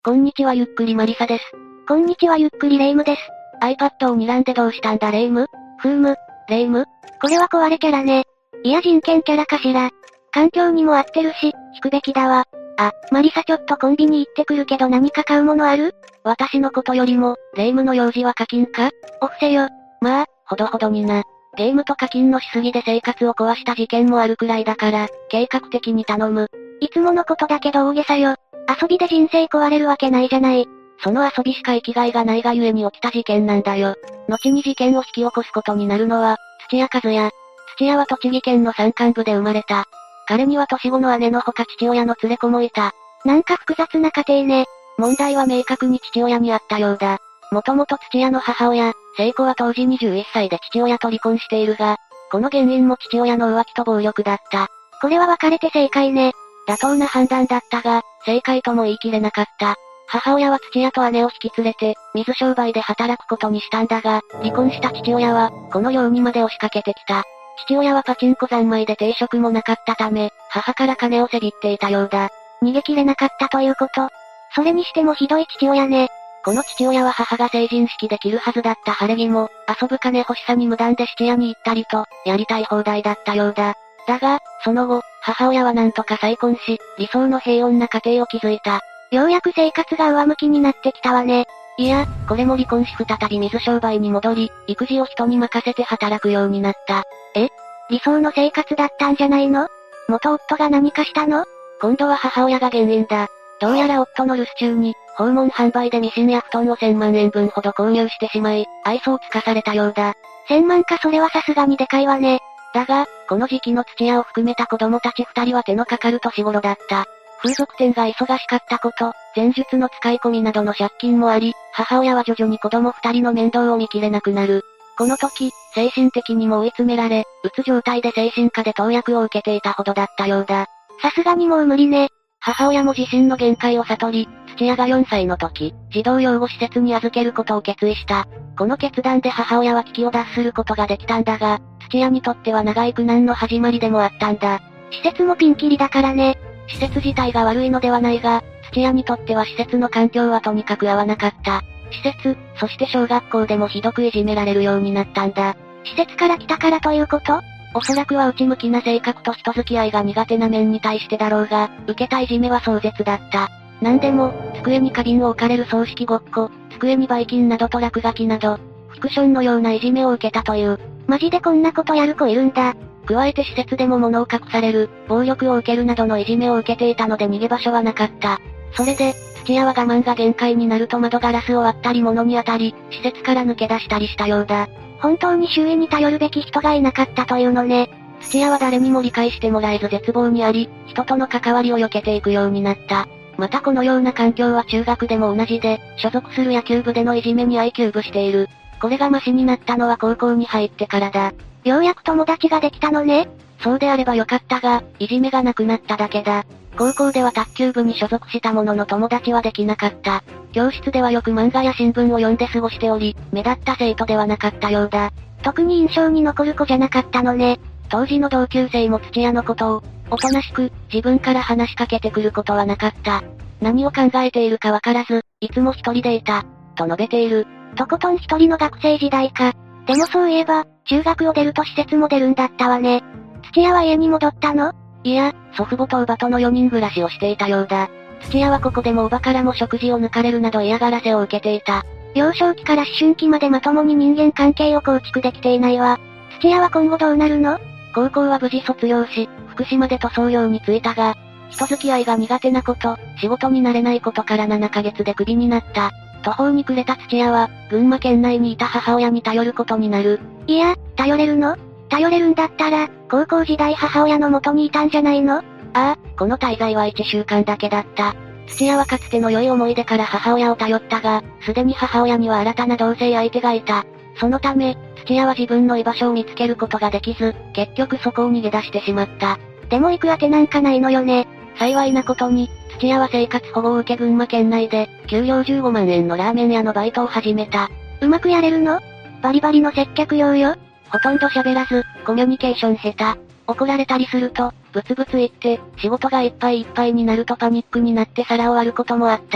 こんにちはゆっくりマリサです。 こんにちはゆっくりレイムです。 iPad を睨んでどうしたんだレイム？レイム？ これは壊れキャラね。いや人権キャラかしら。環境にも合ってるし、引くべきだわ。あ、マリサちょっとコンビニ行ってくるけど何か買うものある？ 私のことよりも、レイムの用事は課金か？ お布施よ。 まあ、ほどほどにな。ゲームと課金のしすぎで生活を壊した事件もあるくらいだから、計画的に頼む。 いつものことだけど大げさよ。遊びで人生壊れるわけないじゃない。 その遊びしか生きがいがないがゆえに起きた事件なんだよ。後に事件を引き起こすことになるのは、土屋和也。土屋は栃木県の山間部で生まれた。彼には年子の姉のほか父親の連れ子もいた。 なんか複雑な家庭ね。 問題は明確に父親にあったようだ。もともと土屋の母親、聖子は当時21歳で父親と離婚しているが、この原因も父親の浮気と暴力だった。 これは別れて正解ね。 妥当な判断だったが、正解とも言い切れなかった。母親は土屋と姉を引き連れて、水商売で働くことにしたんだが、離婚した父親は、この寮にまで押しかけてきた。父親はパチンコ三昧で定職もなかったため、母から金をせびっていたようだ。 逃げ切れなかったということ。それにしてもひどい父親ね。 この父親は母が成人式で着るはずだった晴れ着も、遊ぶ金欲しさに無断で質屋に行ったりと、やりたい放題だったようだ。だが、その後、母親はなんとか再婚し、理想の平穏な家庭を築いた。 ようやく生活が上向きになってきたわね。 いや、これも離婚し再び水商売に戻り、育児を人に任せて働くようになった。 理想の生活だったんじゃないの？元夫が何かしたの？ 今度は母親が原因だ。どうやら夫の留守中に、訪問販売でミシンや布団を1000万円分ほど購入してしまい、愛想をつかされたようだ。 1000万かそれはさすがにでかいわね。 だが、この時期の土屋を含めた子供たち2人は手のかかる年頃だった。風俗店が忙しかったこと、前述の使い込みなどの借金もあり、母親は徐々に子供2人の面倒を見切れなくなる。この時、精神的にも追い詰められ、うつ状態で精神科で投薬を受けていたほどだったようだ。 さすがにもう無理ね。 母親も自身の限界を悟り、土屋が4歳の時、児童養護施設に預けることを決意した。この決断で母親は危機を脱することができたんだが、土屋にとっては長い苦難の始まりでもあったんだ。 施設もピンキリだからね。 施設自体が悪いのではないが、土屋にとっては施設の環境はとにかく合わなかった。施設、そして小学校でもひどくいじめられるようになったんだ。 施設から来たからということ？ おそらくは内向きな性格と人付き合いが苦手な面に対してだろうが、受けたいじめは壮絶だった。なんでも、机に花瓶を置かれる葬式ごっこ、机にばい菌などと落書きなど、フィクションのようないじめを受けたという。 マジでこんなことやる子いるんだ。 加えて施設でも物を隠される、暴力を受けるなどのいじめを受けていたので逃げ場所はなかった。それで、土屋は我慢が限界になると窓ガラスを割ったり物に当たり、施設から抜け出したりしたようだ。 本当に周囲に頼るべき人がいなかったというのね。 土屋は誰にも理解してもらえず絶望にあり、人との関わりを避けていくようになった。またこのような環境は中学でも同じで、所属する野球部でのいじめに愛休部している。これがマシになったのは高校に入ってからだ。 ようやく友達ができたのね。 そうであればよかったが、いじめがなくなっただけだ。高校では卓球部に所属したものの友達はできなかった。教室ではよく漫画や新聞を読んで過ごしており、目立った生徒ではなかったようだ。 特に印象に残る子じゃなかったのね。 当時の同級生も土屋のことを、おとなしく、自分から話しかけてくることはなかった。何を考えているかわからず、いつも一人でいた、と述べている。 とことん一人の学生時代か。でもそういえば、中学を出ると施設も出るんだったわね。土屋は家に戻ったの？ いや、祖父母と乳母との4人暮らしをしていたようだ。土屋はここでも乳母からも食事を抜かれるなど嫌がらせを受けていた。 幼少期から思春期までまともに人間関係を構築できていないわ。土屋は今後どうなるの？ 高校は無事卒業し、福島で塗装業に就いたが、人付き合いが苦手なこと、仕事になれないことから7ヶ月でクビになった。途方に暮れた土屋は、群馬県内にいた母親に頼ることになる。 いや、頼れるの？頼れるんだったら、高校時代母親の元にいたんじゃないの？ ああ、この滞在は1週間だけだった。土屋はかつての良い思い出から母親を頼ったが、すでに母親には新たな同棲相手がいた。そのため、土屋は自分の居場所を見つけることができず、結局そこを逃げ出してしまった。 でも行く当てなんかないのよね。 幸いなことに、土屋は生活保護を受け群馬県内で、給料15万円のラーメン屋のバイトを始めた。 うまくやれるの？バリバリの接客用よ。 ほとんど喋らず、コミュニケーション下手。怒られたりすると、ブツブツ言って、仕事がいっぱいいっぱいになるとパニックになって皿を割ることもあった。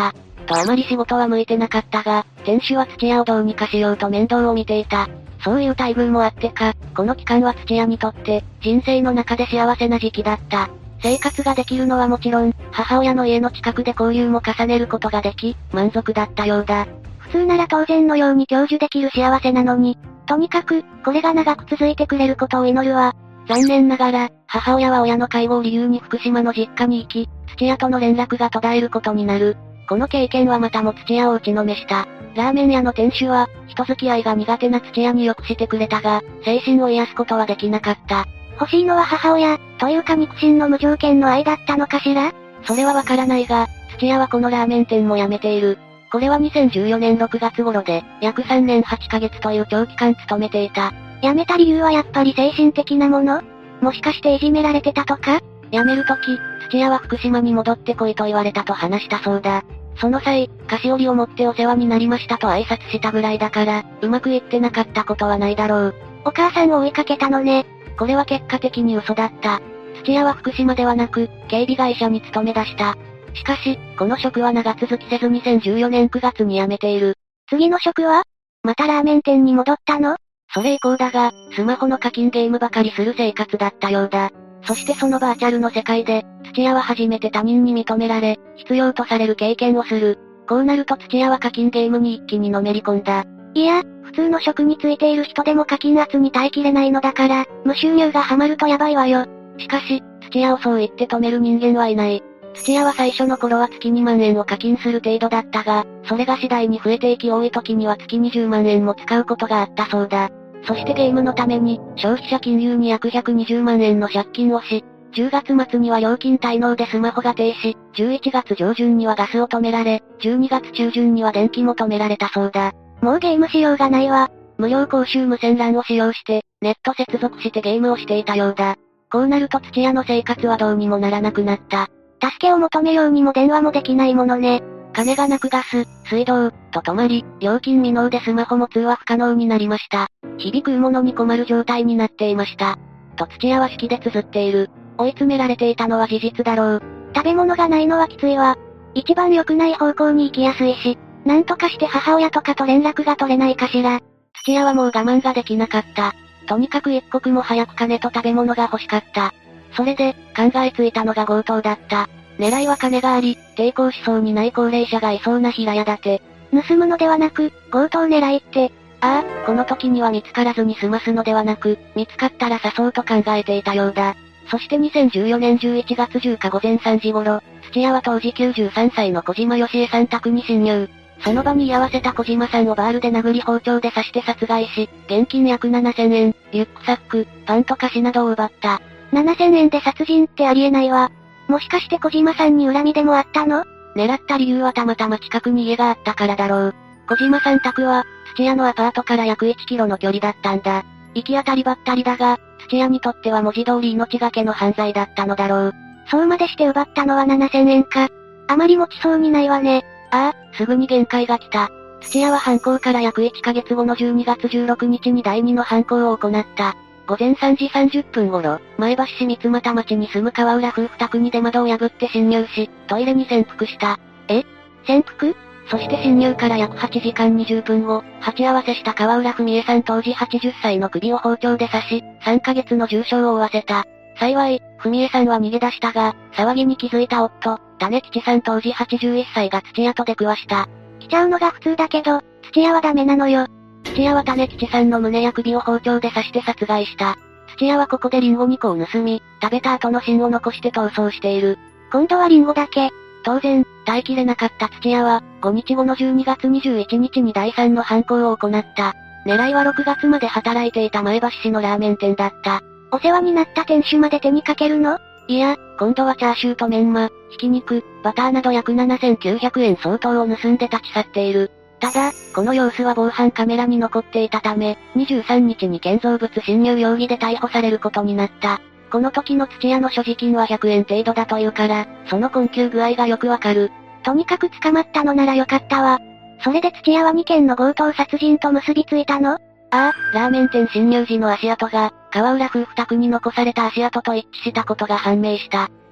とあまり仕事は向いてなかったが、店主は土屋をどうにかしようと面倒を見ていた。そういう待遇もあってか、この期間は土屋にとって、人生の中で幸せな時期だった。生活ができるのはもちろん、母親の家の近くで交流も重ねることができ、満足だったようだ。 普通なら当然のように享受できる幸せなのに、とにかく、これが長く続いてくれることを祈るわ。 残念ながら、母親は親の介護を理由に福島の実家に行き、土屋との連絡が途絶えることになる。この経験はまたも土屋を打ちのめした。ラーメン屋の店主は、人付き合いが苦手な土屋によくしてくれたが、精神を癒すことはできなかった。 欲しいのは母親、というか肉親の無条件の愛だったのかしら？ それはわからないが、土屋はこのラーメン店も辞めている。これは2014年6月頃で、約3年8ヶ月という長期間勤めていた。 辞めた理由はやっぱり精神的なもの？もしかしていじめられてたとか？ 辞めるとき、土屋は福島に戻ってこいと言われたと話したそうだ。その際、菓子折りを持ってお世話になりましたと挨拶したぐらいだから、うまくいってなかったことはないだろう。 お母さんを追いかけたのね。 これは結果的に嘘だった。土屋は福島ではなく、警備会社に勤め出した。しかし、この職は長続きせず2014年9月に辞めている。 次の職は？またラーメン店に戻ったの？ それ以降だが、スマホの課金ゲームばかりする生活だったようだ。そしてそのバーチャルの世界で、土屋は初めて他人に認められ、必要とされる経験をする。こうなると土屋は課金ゲームに一気にのめり込んだ。 いや、普通の職についている人でも課金圧に耐えきれないのだから、無収入がハマるとやばいわよ。 しかし、土屋をそう言って止める人間はいない。土屋は最初の頃は月2万円を課金する程度だったが、それが次第に増えていき多い時には月20万円も使うことがあったそうだ。そしてゲームのために、消費者金融に約120万円の借金をし、10月末には料金滞納でスマホが停止、11月上旬にはガスを止められ、12月中旬には電気も止められたそうだ。 もうゲームしようがないわ。 無料公衆無線 LAN を使用して、ネット接続してゲームをしていたようだ。こうなると土屋の生活はどうにもならなくなった。 助けを求めようにも電話もできないものね。 金がなくガス、水道、と止まり、料金未納でスマホも通話不可能になりました。日々食うものに困る状態になっていました。と土屋は式で綴っている。追い詰められていたのは事実だろう。 食べ物がないのはきついわ。一番良くない方向に行きやすいし、なんとかして母親とかと連絡が取れないかしら。 土屋はもう我慢ができなかった。とにかく一刻も早く金と食べ物が欲しかった。それで、考えついたのが強盗だった。狙いは金があり、抵抗しそうにない高齢者がいそうな平屋建て。 盗むのではなく、強盗狙いって。 ああ、この時には見つからずに済ますのではなく、見つかったら刺そうと考えていたようだ。そして2014年11月10日午前3時頃、土屋は当時93歳の小島よしえさん宅に侵入。その場に居合わせた小島さんをバールで殴り包丁で刺して殺害し、現金約7000円、リュックサック、パンと菓子などを奪った。 7000円で殺人ってありえないわ。もしかして小島さんに恨みでもあったの？ 狙った理由はたまたま近くに家があったからだろう。小島さん宅は、土屋のアパートから約1キロの距離だったんだ。行き当たりばったりだが、土屋にとっては文字通り命がけの犯罪だったのだろう。 そうまでして奪ったのは7000円か。あまり持ちそうにないわね。 ああ、すぐに限界が来た。土屋は犯行から約1ヶ月後の12月16日に第2の犯行を行った。午前3時30分頃、前橋市三俣町に住む川浦夫婦宅に出窓を破って侵入し、トイレに潜伏した。 潜伏？ そして侵入から約8時間20分後、鉢合わせした川浦文江さん当時80歳の首を包丁で刺し、3ヶ月の重傷を負わせた。幸い、文江さんは逃げ出したが、騒ぎに気づいた夫、種吉さん当時81歳が土屋と出くわした。 来ちゃうのが普通だけど、土屋はダメなのよ。 土屋は種吉さんの胸や首を包丁で刺して殺害した。土屋はここでリンゴ2個を盗み、食べた後の芯を残して逃走している。 今度はリンゴだけ。 当然、耐えきれなかった土屋は、5日後の12月21日に第3の犯行を行った。狙いは6月まで働いていた前橋市のラーメン店だった。 お世話になった店主まで手にかけるの？ いや、今度はチャーシューとメンマ、ひき肉、バターなど約7900円相当を盗んで立ち去っている。ただ、この様子は防犯カメラに残っていたため、23日に建造物侵入容疑で逮捕されることになった。この時の土屋の所持金は100円程度だというから、その困窮具合がよくわかる。 とにかく捕まったのならよかったわ。それで土屋は2件の強盗殺人と結びついたの？ ああ、ラーメン店侵入時の足跡が、川浦夫婦宅に残された足跡と一致したことが判明した。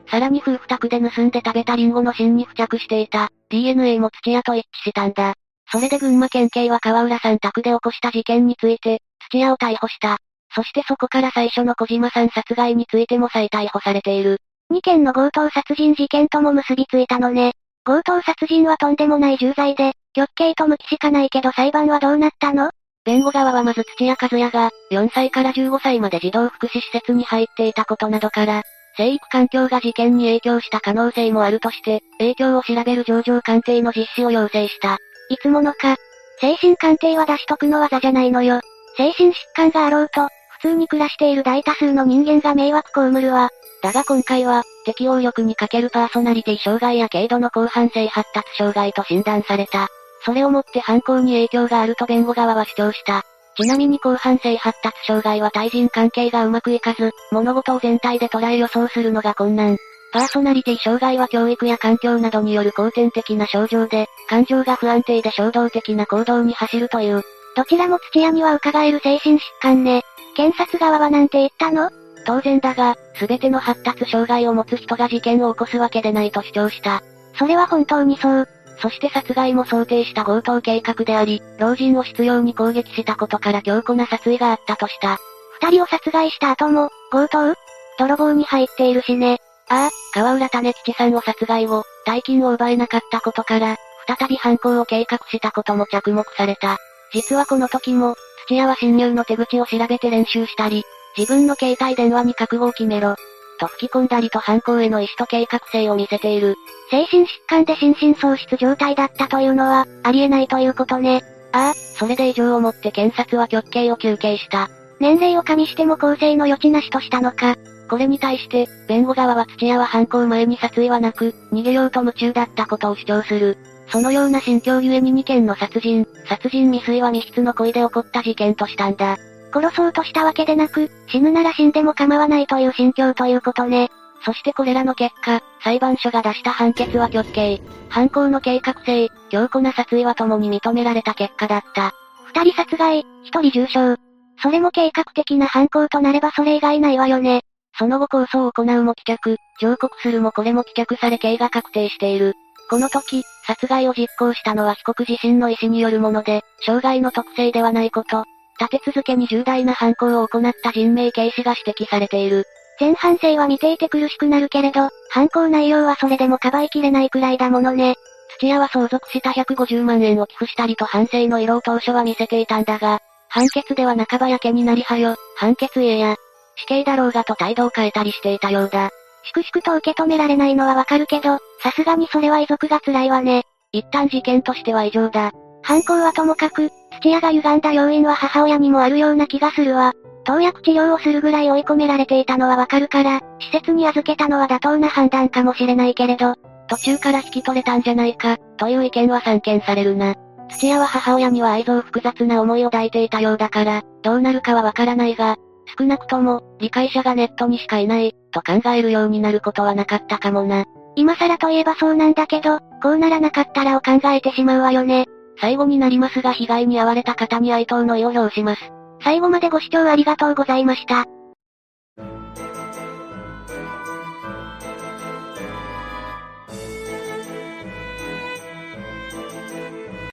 さらに夫婦宅で盗んで食べたリンゴの芯に付着していた、DNA も土屋と一致したんだ。それで群馬県警は川浦さん宅で起こした事件について、土屋を逮捕した。そしてそこから最初の小島さん殺害についても再逮捕されている。 2件の強盗殺人事件とも結びついたのね。強盗殺人はとんでもない重罪で、極刑と無期しかないけど裁判はどうなったの？ 弁護側はまず土屋和也が、4歳から15歳まで児童福祉施設に入っていたことなどから、生育環境が事件に影響した可能性もあるとして、影響を調べる情状鑑定の実施を要請した。 いつものか。精神鑑定は出しとくの技じゃないのよ。精神疾患があろうと、普通に暮らしている大多数の人間が迷惑被るわ。 だが今回は、適応力に欠けるパーソナリティ障害や軽度の広範性発達障害と診断された。それをもって犯行に影響があると弁護側は主張した。ちなみに広範性発達障害は対人関係がうまくいかず、物事を全体で捉え予想するのが困難。パーソナリティ障害は教育や環境などによる後天的な症状で、感情が不安定で衝動的な行動に走るという。 どちらも土屋には伺える精神疾患ね。検察側はなんて言ったの？ 当然だが、すべての発達障害を持つ人が事件を起こすわけでないと主張した。 それは本当にそう。 そして殺害も想定した強盗計画であり、老人を執拗に攻撃したことから強固な殺意があったとした。 二人を殺害した後も、強盗？泥棒に入っているしね。 ああ、川浦種吉さんを殺害後、大金を奪えなかったことから、再び犯行を計画したことも着目された。実はこの時も、土屋は侵入の手口を調べて練習したり、自分の携帯電話に覚悟を決めろ、と吹き込んだりと犯行への意思と計画性を見せている。 精神疾患で心神喪失状態だったというのは、ありえないということね。 ああ、それで以上をもって検察は極刑を求刑した。 年齢を加味しても更生の余地なしとしたのか。 これに対して、弁護側は土屋は犯行前に殺意はなく、逃げようと夢中だったことを主張する。そのような心境ゆえに2件の殺人未遂は未必の故意で起こった事件としたんだ。 殺そうとしたわけでなく、死ぬなら死んでも構わないという心境ということね。 そしてこれらの結果、裁判所が出した判決は極刑。犯行の計画性、強固な殺意は共に認められた結果だった。 二人殺害、一人重傷。それも計画的な犯行となればそれ以外ないわよね。 その後控訴を行うも棄却、上告するもこれも棄却され刑が確定している。この時、殺害を実行したのは被告自身の意思によるもので、傷害の特性ではないこと。立て続けに重大な犯行を行った人命軽視が指摘されている。 前半生は見ていて苦しくなるけれど、犯行内容はそれでもかばいきれないくらいだものね。 土屋は相続した150万円を寄付したりと反省の色を当初は見せていたんだが、判決では半ばやけになりはよ、判決言えや、死刑だろうがと態度を変えたりしていたようだ。 粛々と受け止められないのはわかるけど、さすがにそれは遺族が辛いわね。 一旦事件としては異常だ。 犯行はともかく、土屋が歪んだ要因は母親にもあるような気がするわ。投薬治療をするぐらい追い込められていたのはわかるから、施設に預けたのは妥当な判断かもしれないけれど、 途中から引き取れたんじゃないか、という意見は散見されるな。土屋は母親には愛憎複雑な思いを抱いていたようだから、どうなるかはわからないが、少なくとも、理解者がネットにしかいない、と考えるようになることはなかったかもな。 今更といえばそうなんだけど、こうならなかったらを考えてしまうわよね。 最後になりますが被害に遭われた方に哀悼の意を表します。 最後までご視聴ありがとうございました。